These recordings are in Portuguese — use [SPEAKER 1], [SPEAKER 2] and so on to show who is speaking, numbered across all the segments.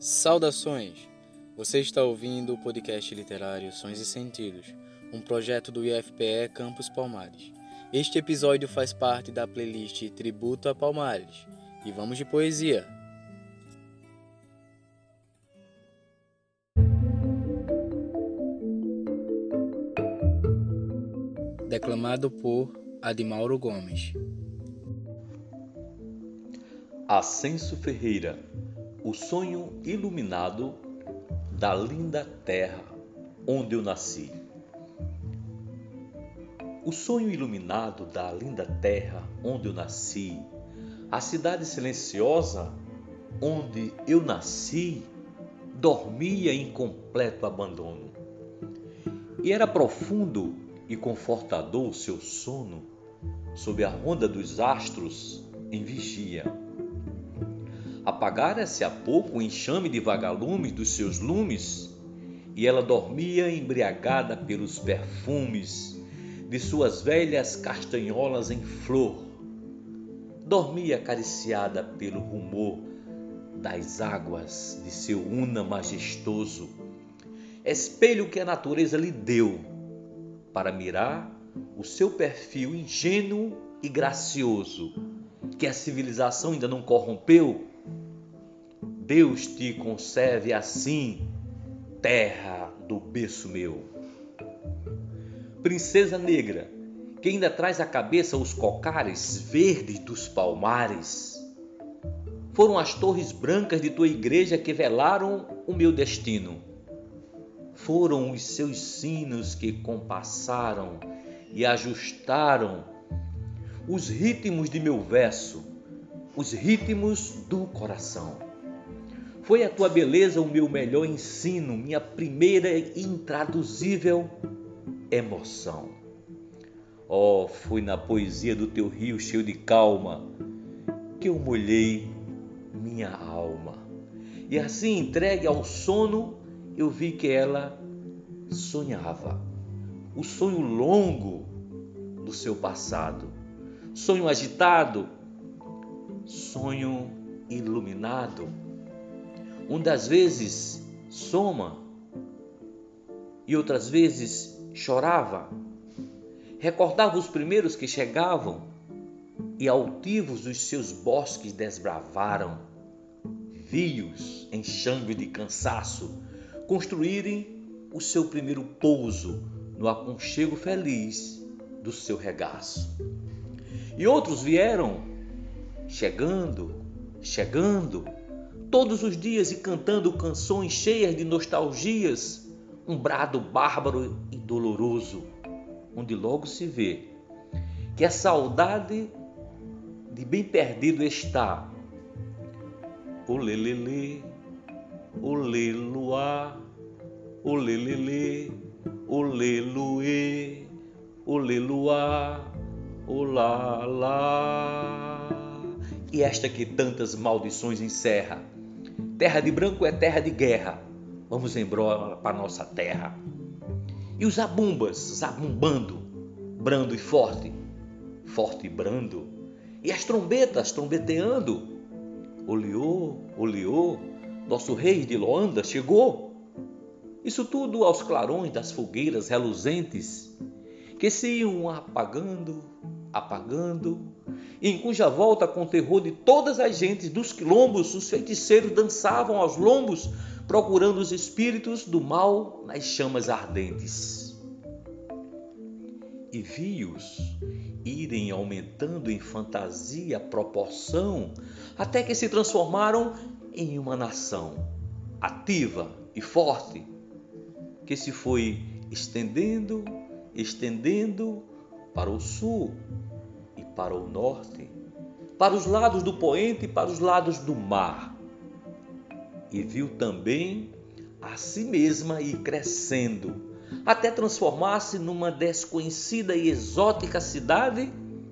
[SPEAKER 1] Saudações! Você está ouvindo o podcast literário Sons e Sentidos, um projeto do IFPE Campus Palmares. Este episódio faz parte da playlist Tributo a Palmares. E vamos de poesia! Declamado por Adimauro Gomes.
[SPEAKER 2] Ascenso Ferreira, o sonho iluminado da linda terra onde eu nasci. O sonho iluminado da linda terra onde eu nasci, a cidade silenciosa onde eu nasci, dormia em completo abandono. E era profundo e confortador o seu sono, sob a ronda dos astros em vigia. Apagara-se há pouco o enxame de vagalumes dos seus lumes, e ela dormia embriagada pelos perfumes de suas velhas castanholas em flor. Dormia acariciada pelo rumor das águas de seu una majestoso, espelho que a natureza lhe deu para mirar o seu perfil ingênuo e gracioso, que a civilização ainda não corrompeu. Deus te conserve assim, terra do berço meu. Princesa negra, que ainda traz à cabeça os cocares verdes dos palmares, foram as torres brancas de tua igreja que velaram o meu destino. Foram os seus sinos que compassaram e ajustaram os ritmos de meu verso, os ritmos do coração. Foi a tua beleza o meu melhor ensino, minha primeira e intraduzível emoção. Oh, foi na poesia do teu rio cheio de calma que eu molhei minha alma. E assim, entregue ao sono, eu vi que ela sonhava. O sonho longo do seu passado. Sonho agitado, sonho iluminado, onde às vezes soma e outras vezes chorava. Recordava os primeiros que chegavam e altivos dos seus bosques desbravaram, vios em xangue de cansaço, construírem o seu primeiro pouso no aconchego feliz do seu regaço. E outros vieram, chegando, todos os dias e cantando canções cheias de nostalgias, um brado bárbaro e doloroso, onde logo se vê que a saudade de bem perdido está. Olelele, oleluá, olelele, oleluê, oleluá, olá. E esta que tantas maldições encerra. Terra de branco é terra de guerra. Vamos embora para nossa terra. E os zabumbas, zabumbando, brando e forte, forte e brando. E as trombetas, trombeteando. Oleô, oleô, nosso rei de Loanda chegou. Isso tudo aos clarões das fogueiras reluzentes, que se iam apagando, e em cuja volta, com terror de todas as gentes dos quilombos, os feiticeiros dançavam aos lombos, procurando os espíritos do mal nas chamas ardentes. E vi-os irem aumentando em fantasia a proporção, até que se transformaram em uma nação ativa e forte, que se foi estendendo para o sul e para o norte, para os lados do poente e para os lados do mar. E viu também a si mesma ir crescendo, até transformar-se numa desconhecida e exótica cidade,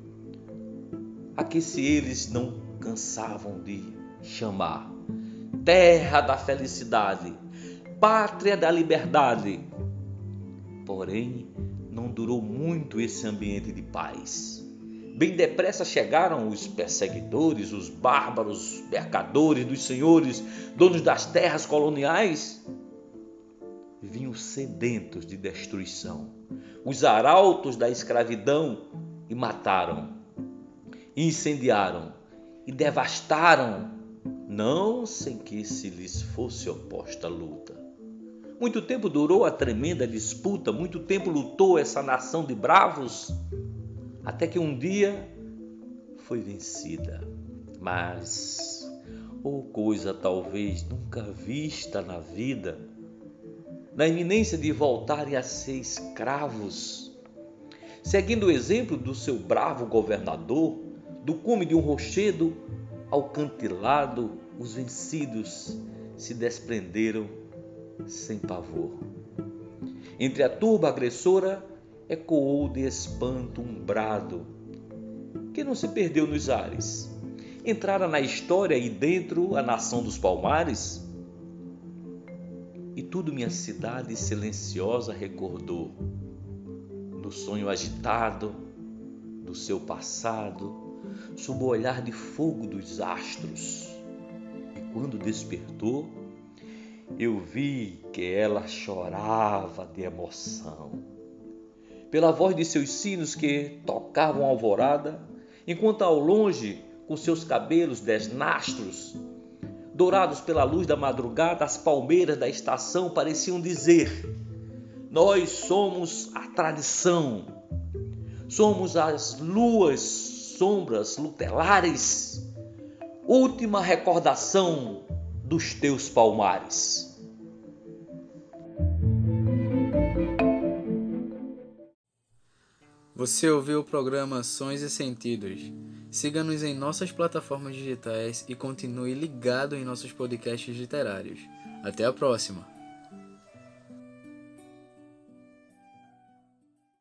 [SPEAKER 2] a que se eles não cansavam de chamar terra da felicidade, pátria da liberdade. Porém, não durou muito esse ambiente de paz. Bem depressa chegaram os perseguidores, os bárbaros, mercadores dos senhores, donos das terras coloniais. Vinham sedentos de destruição, os arautos da escravidão, e mataram, incendiaram e devastaram, não sem que se lhes fosse oposta luta. Muito tempo durou a tremenda disputa, muito tempo lutou essa nação de bravos, até que um dia foi vencida. Mas, coisa talvez nunca vista na vida, na iminência de voltarem a ser escravos, seguindo o exemplo do seu bravo governador, do cume de um rochedo alcantilado, os vencidos se desprenderam sem pavor. Entre a turba agressora ecoou de espanto um brado que não se perdeu nos ares. Entrara na história e dentro a nação dos Palmares, e tudo minha cidade silenciosa recordou, no sonho agitado do seu passado, sob o olhar de fogo dos astros. E quando despertou, eu vi que ela chorava de emoção. Pela voz de seus sinos que tocavam alvorada, enquanto ao longe, com seus cabelos desnastros, dourados pela luz da madrugada, as palmeiras da estação pareciam dizer: nós somos a tradição, somos as luas, sombras lutelares, última recordação dos teus palmares.
[SPEAKER 1] Você ouviu o programa Sons e Sentidos. Siga-nos em nossas plataformas digitais e continue ligado em nossos podcasts literários. Até a próxima!